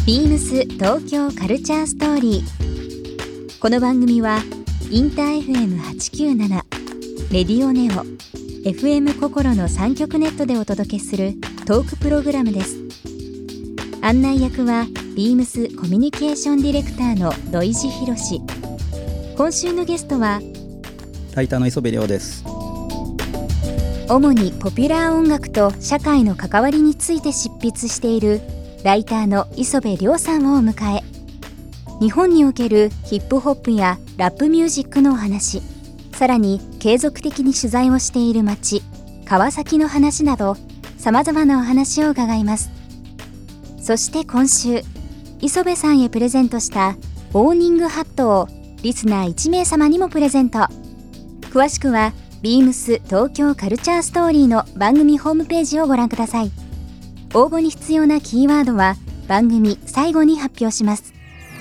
ビームス東京カルチャーストーリー。この番組はインター FM897 レディオネオ FM 心の3極ネットでお届けするトークプログラムです。案内役はビームスコミュニケーションディレクターの土井博志。今週のゲストはライターの磯部亮です。 主にポピュラー音楽と社会の関わりについて執筆しているライターの磯部亮さんをお迎え、日本におけるヒップホップやラップミュージックのお話、さらに継続的に取材をしている街川崎の話など、さまざまなお話を伺います。そして今週、磯部さんへプレゼントしたオーニングハットをリスナー1名様にもプレゼント。詳しくはビームス東京カルチャーストーリーの番組ホームページをご覧ください。応募に必要なキーワードは番組最後に発表します。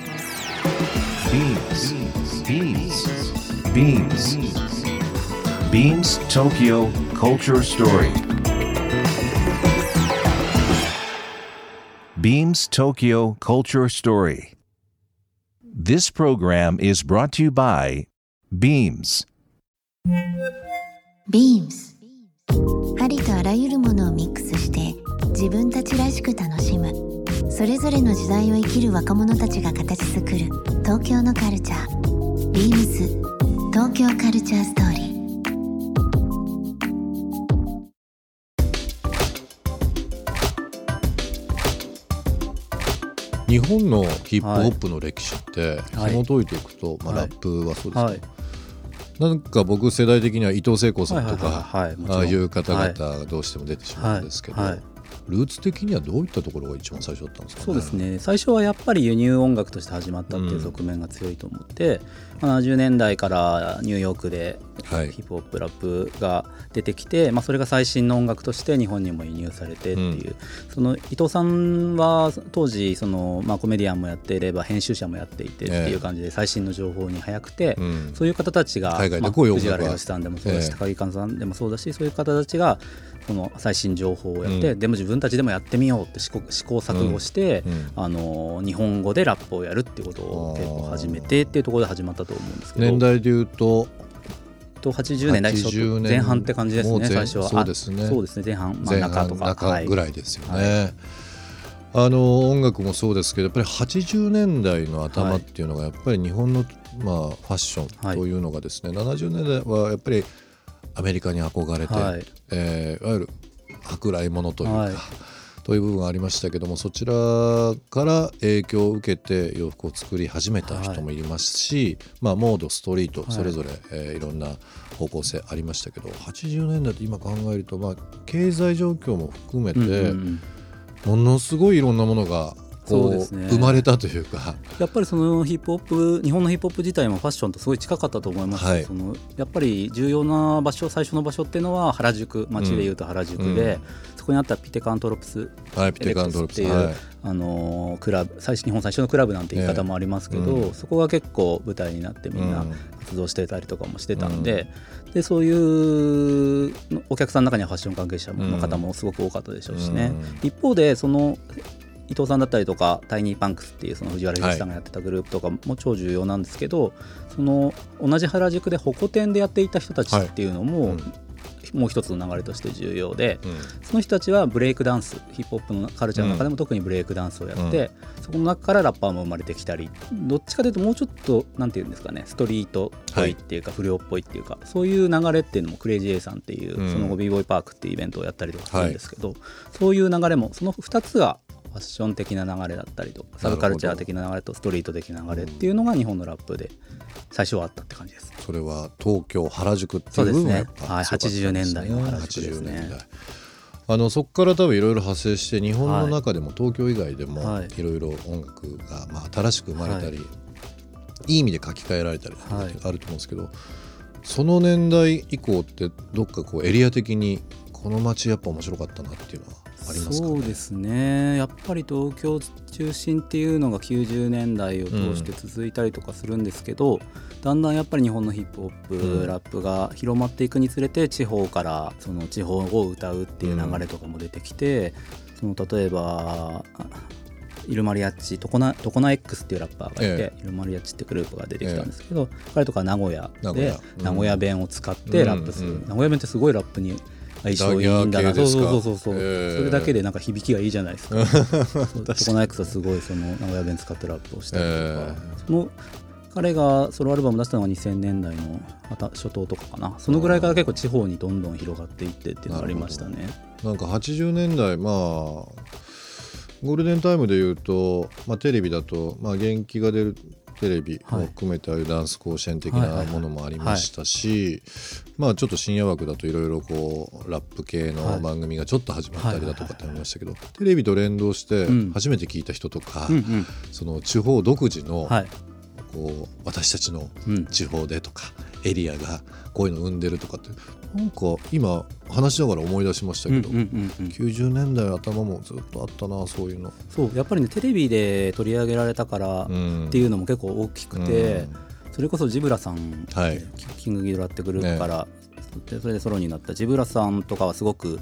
Beams Tokyo Culture Story. Beams Tokyo Culture Story. This program is brought to you by Beams. Beams ありとあらゆるものをミックスして自分たちらしく楽しむ、それぞれの時代を生きる若者たちが形作る東京のカルチャー。ビームス東京カルチャーストーリー。 日本のヒップホップの歴史って紐解いていくと、ラップはそうですけど、なんか僕世代的には伊藤聖子さんとかああいう方々がどうしても出てしまうんですけど、ルーツ的にはどういったところが一番最初だったんですかね。 そうですね、最初はやっぱり輸入音楽として始まったっていう側面が強いと思って、70年代からニューヨークでヒップホップラップが出てきて、それが最新の音楽として日本にも輸入されてっていう、その伊藤さんは当時コメディアンもやっていれば編集者もやっていてっていう感じで最新の情報に早くて、そういう方たちが海外でこういう音楽藤原義さんでもそうだし、高木寛さんでもそうだし、そういう方たちがこの最新情報をやって、でも自分たちでもやってみようって試行錯誤して、日本語でラップをやるっていうことを結構始めてっていうところで始まったと思うんですけど、 年代でいうと 80年代前半って感じですね。最初はそうですね、 前半真ん中とか中ぐらいですよね。音楽もそうですけど、やっぱり80年代の頭っていうのがやっぱり日本のファッションというのがですね、70年代はやっぱりアメリカに憧れて、いわゆる舶来物というか、という部分がありましたけども、そちらから影響を受けて洋服を作り始めた人もいますし、モード、ストリートそれぞれ、いろんな方向性ありましたけど、80年代って今考えると、経済状況も含めて、ものすごいいろんなものが生まれたというか、 やっぱりそのヒップホップ、日本のヒップホップ自体もファッションとすごい近かったと思います。やっぱり重要な場所、最初の場所っていうのは原宿、街でいうと原宿で、そこにあったピテカントロプスエレクトスっていう、クラブ、日本最初のクラブなんて言い方もありますけど、そこが結構舞台になってみんな活動してたりとかもしてたんで、そういうお客さんの中にはファッション関係者の方もすごく多かったでしょうしね。一方でその伊藤さんだったりとかタイニーパンクスっていうその藤原宏さんがやってたグループとかも超重要なんですけど、その同じ原宿でホコ天でやっていた人たちっていうのも、もう一つの流れとして重要で、その人たちはブレイクダンス、ヒップホップのカルチャーの中でも特にブレイクダンスをやって、そこの中からラッパーも生まれてきたり、どっちかというともうちょっとなんていうんですかね、ストリートっぽいっていうか、不良っぽいっていうか、そういう流れっていうのもクレイジー A さんっていう、その後 b ボーイパークっていうイベントをやったりとかするんですけど、そういう流れもその2つがファッション的な流れだったりとサブカルチャー的な流れとストリート的な流れっていうのが日本のラップで最初はあったって感じです。 それは東京原宿っていう部分がやっぱ強かったですね。 80年代の原宿ですね。 そこから多分いろいろ派生して日本の中でも東京以外でもいろいろ音楽が新しく生まれたり、いい意味で書き換えられたりあると思うんですけど、その年代以降ってどっかエリア的にこの街やっぱ面白かったなっていうのはありますかね。 そうですね、やっぱり東京中心っていうのが90年代を通して続いたりとかするんですけど、だんだんやっぱり日本のヒップホップ、ラップが広まっていくにつれて地方からその地方を歌うっていう流れとかも出てきて、その例えばイルマリアッチトコナ X っていうラッパーがいて、イルマリアッチってグループが出てきたんですけど、彼とか名古屋で名古屋弁を使ってラップする、名古屋弁ってすごいラップに相性いいんだな。そうそれだけでなんか響きがいいじゃないですか。トコナ X はすごいその名古屋弁使ってラップをしたりとか、その彼がソロアルバム出したのが2000年代の初頭とかかな。そのぐらいから結構地方にどんどん広がっていってっていうのがありましたね。 なんか80年代ゴールデンタイムでいうと、テレビだと、元気が出るテレビも含めてああいうダンス甲子園的なものもありましたし、ちょっと深夜枠だといろいろこうラップ系の番組がちょっと始まったりだとかってありましたけど、テレビと連動して初めて聞いた人とか、その地方独自のこう私たちの地方でとかエリアがこういうの生んでるとかって、なんか今話しながら思い出しましたけど、90年代頭もずっとあったな、そういうの。 そうやっぱりね、テレビで取り上げられたからっていうのも結構大きくて、それこそジブラさん、キングギドラってグループから、それでソロになったジブラさんとかはすごく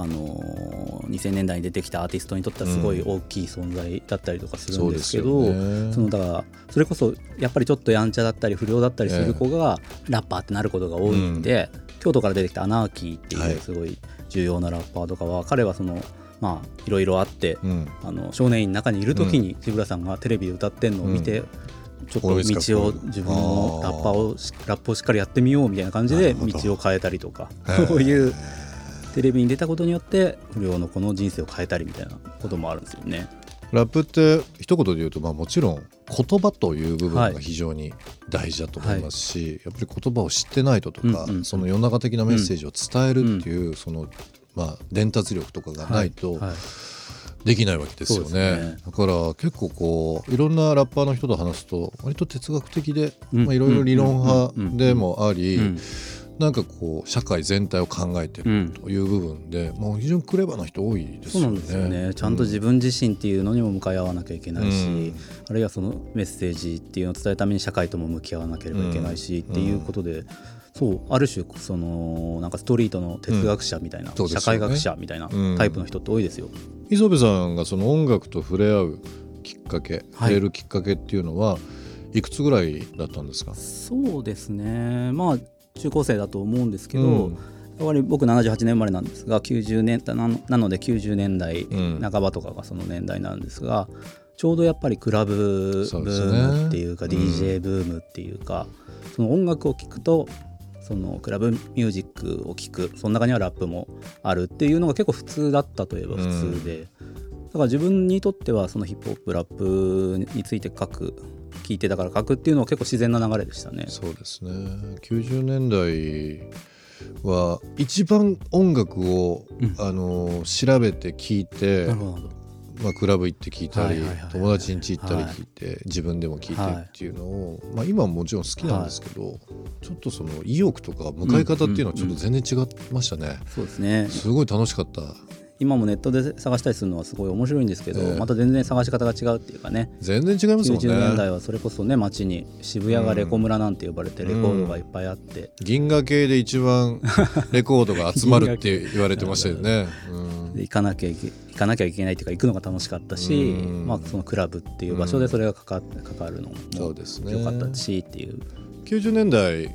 2000年代に出てきたアーティストにとってはすごい大きい存在だったりとかするんですけど、だからそれこそやっぱりちょっとやんちゃだったり不良だったりする子がラッパーってなることが多いんで、京都から出てきたアナーキーっていうすごい重要なラッパーとかは、彼はそのいろいろあって、少年院の中にいる時にジブラさんがテレビで歌ってんのを見て、ちょっと道を自分のラップをしっかりやってみようみたいな感じで道を変えたりとか、そういうテレビに出たことによって不良の子の人生を変えたりみたいなこともあるんですよね。 ラップって一言で言うと、もちろん言葉という部分が非常に大事だと思いますし、やっぱり言葉を知ってないととか、その世の中的なメッセージを伝えるっていう、その伝達力とかがないとできないわけですよね。だから結構こういろんなラッパーの人と話すと割と哲学的で、いろいろ理論派でもあり、なんかこう社会全体を考えてるという部分で、もう非常にクレバーな人多いですよね。 そうなんですよね。ちゃんと自分自身っていうのにも向かい合わなきゃいけないし、あるいはそのメッセージっていうのを伝えるために社会とも向き合わなければいけないし、っていうことで、そうある種そのなんかストリートの哲学者みたいな、社会学者みたいなタイプの人って多いですよ。 磯部さんがその音楽と触れ合うきっかけ、触れるきっかけっていうのはいくつぐらいだったんですか？ そうですね、中高生だと思うんですけど、やっぱり僕78年生まれなんですが、90年なので90年代半ばとかがその年代なんですが、ちょうどやっぱりクラブブームっていうか、DJ ブームっていうか、その音楽を聴くとそのクラブミュージックを聴く、その中にはラップもあるっていうのが結構普通だったといえば普通で、だから自分にとってはそのヒップホップラップについて聞いてたから書くっていうのは結構自然な流れでしたね。 そうですね。90年代は一番音楽を、調べて聞いて、クラブ行って聞いたり、友達ん家行ったり聞いて、自分でも聞いてっていうのを、今はもちろん好きなんですけど、ちょっとその意欲とか向かい方っていうのはちょっと全然違いましたね。 そうですね。 すごい楽しかった。 今もネットで探したりするのはすごい面白いんですけど、また全然探し方が違うっていうかね。 全然違いますもんね。 90年代はそれこそね、街に渋谷がレコ村なんて呼ばれてレコードがいっぱいあって、 銀河系で一番レコードが集まるって言われてましたよね。 行かなきゃいけないっていうか、行くのが楽しかったし、そのクラブっていう場所でそれがかかるのも良かったしっていう。 90年代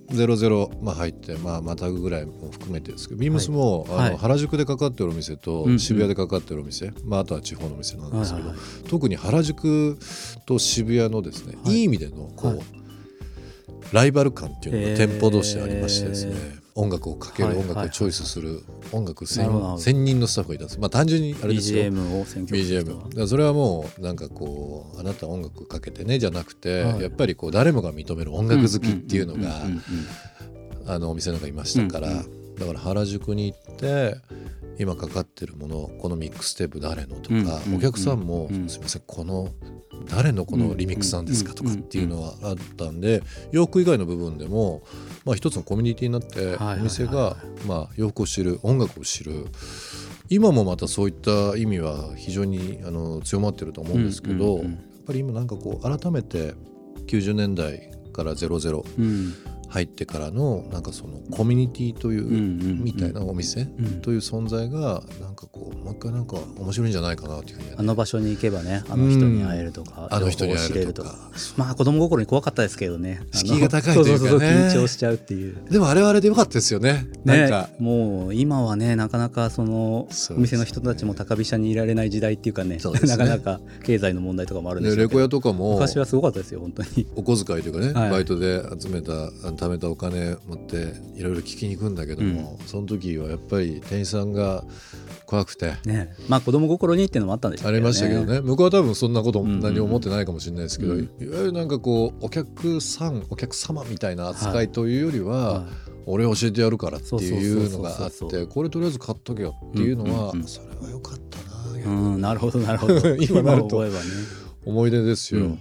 00、入って、またぐぐらいも含めてですけど、ビームスも原宿でかかってるお店と渋谷でかかってるお店、あとは地方のお店なんですけど、特に原宿と渋谷のですね、いい意味でのこう、ライバル感っていうのが店舗同士でありましてですね、音楽をかける、音楽をチョイスする音楽専任のスタッフがいたんです。単純にあれですよ、 BGM を選曲する人は。 BGM それはもうなんかこう、あなた音楽かけてねじゃなくて、やっぱりこう誰もが認める音楽好きっていうのがお店の中にいましたから、だから原宿に行って今かかってるもの、このミックステープ誰のとか、お客さんもすみません、この誰のこのリミックスなんですかとかっていうのはあったんで、洋服以外の部分でも一つのコミュニティになって、お店が洋服を知る、音楽を知る、今もまたそういった意味は非常に強まってると思うんですけど、やっぱり今なんかこう改めて90年代から00、 入ってからのなんかそのコミュニティというみたいなお店という存在がなんかこうもう一回なんか面白いんじゃないかなというふうに、ね、 あの場所に行けばねあの人に会えるとか、 あの人に会えるとか、 まあ子供心に怖かったですけどね、 敷居が高いというかね、 そう緊張しちゃうっていう。 でもあれはあれでよかったですよね。なんかもう今はねなかなかそのお店の人たちも高飛車にいられない時代っていうかね、なかなか経済の問題とかもあるんですけど、 レコヤとかも昔はすごかったですよ本当に。 お小遣いというかね、バイトで貯めたお金持っていろいろ聞きに行くんだけども、その時はやっぱり店員さんが怖くて、 まあ子供心にっていうのもあったんでしょうけどね。 ありましたけどね。向こうは多分そんなこと何も思ってないかもしれないですけど、いわゆるなんかこうお客様みたいな扱いというよりは、俺教えてやるからっていうのがあって、これとりあえず買っとけよっていうのは、それは良かったな。 なるほどなるほど。 今なると思えばね思い出ですよ。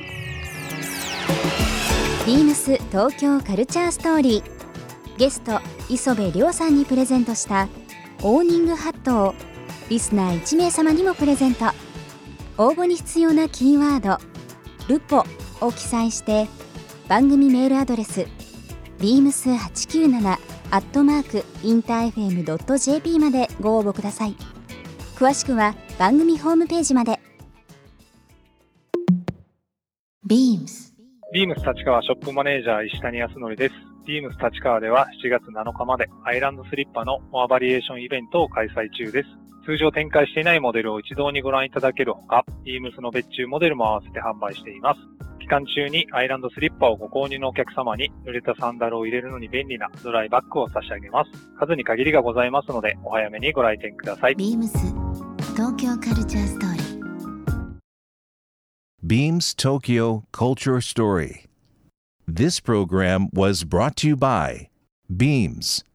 ビームス東京カルチャーストーリー、ゲスト磯部亮さんにプレゼントしたオーニングハットをリスナー1名様にもプレゼント。応募に必要なキーワードルポを記載して番組メールアドレス beams897@interfm.jp までご応募ください。詳しくは番組ホームページまで。 ビームス立川ショップマネージャー石谷康則です。ビームス立川では7月7日までアイランドスリッパのモアバリエーションイベントを開催中です。通常展開していないモデルを一堂にご覧いただけるほか、ビームスの別注モデルも合わせて販売しています。期間中にアイランドスリッパをご購入のお客様に濡れたサンダルを入れるのに便利なドライバッグを差し上げます。数に限りがございますのでお早めにご来店ください。 ビームス東京カルチャーストーリー。 Beams Tokyo Culture Story. This program was brought to you by Beams.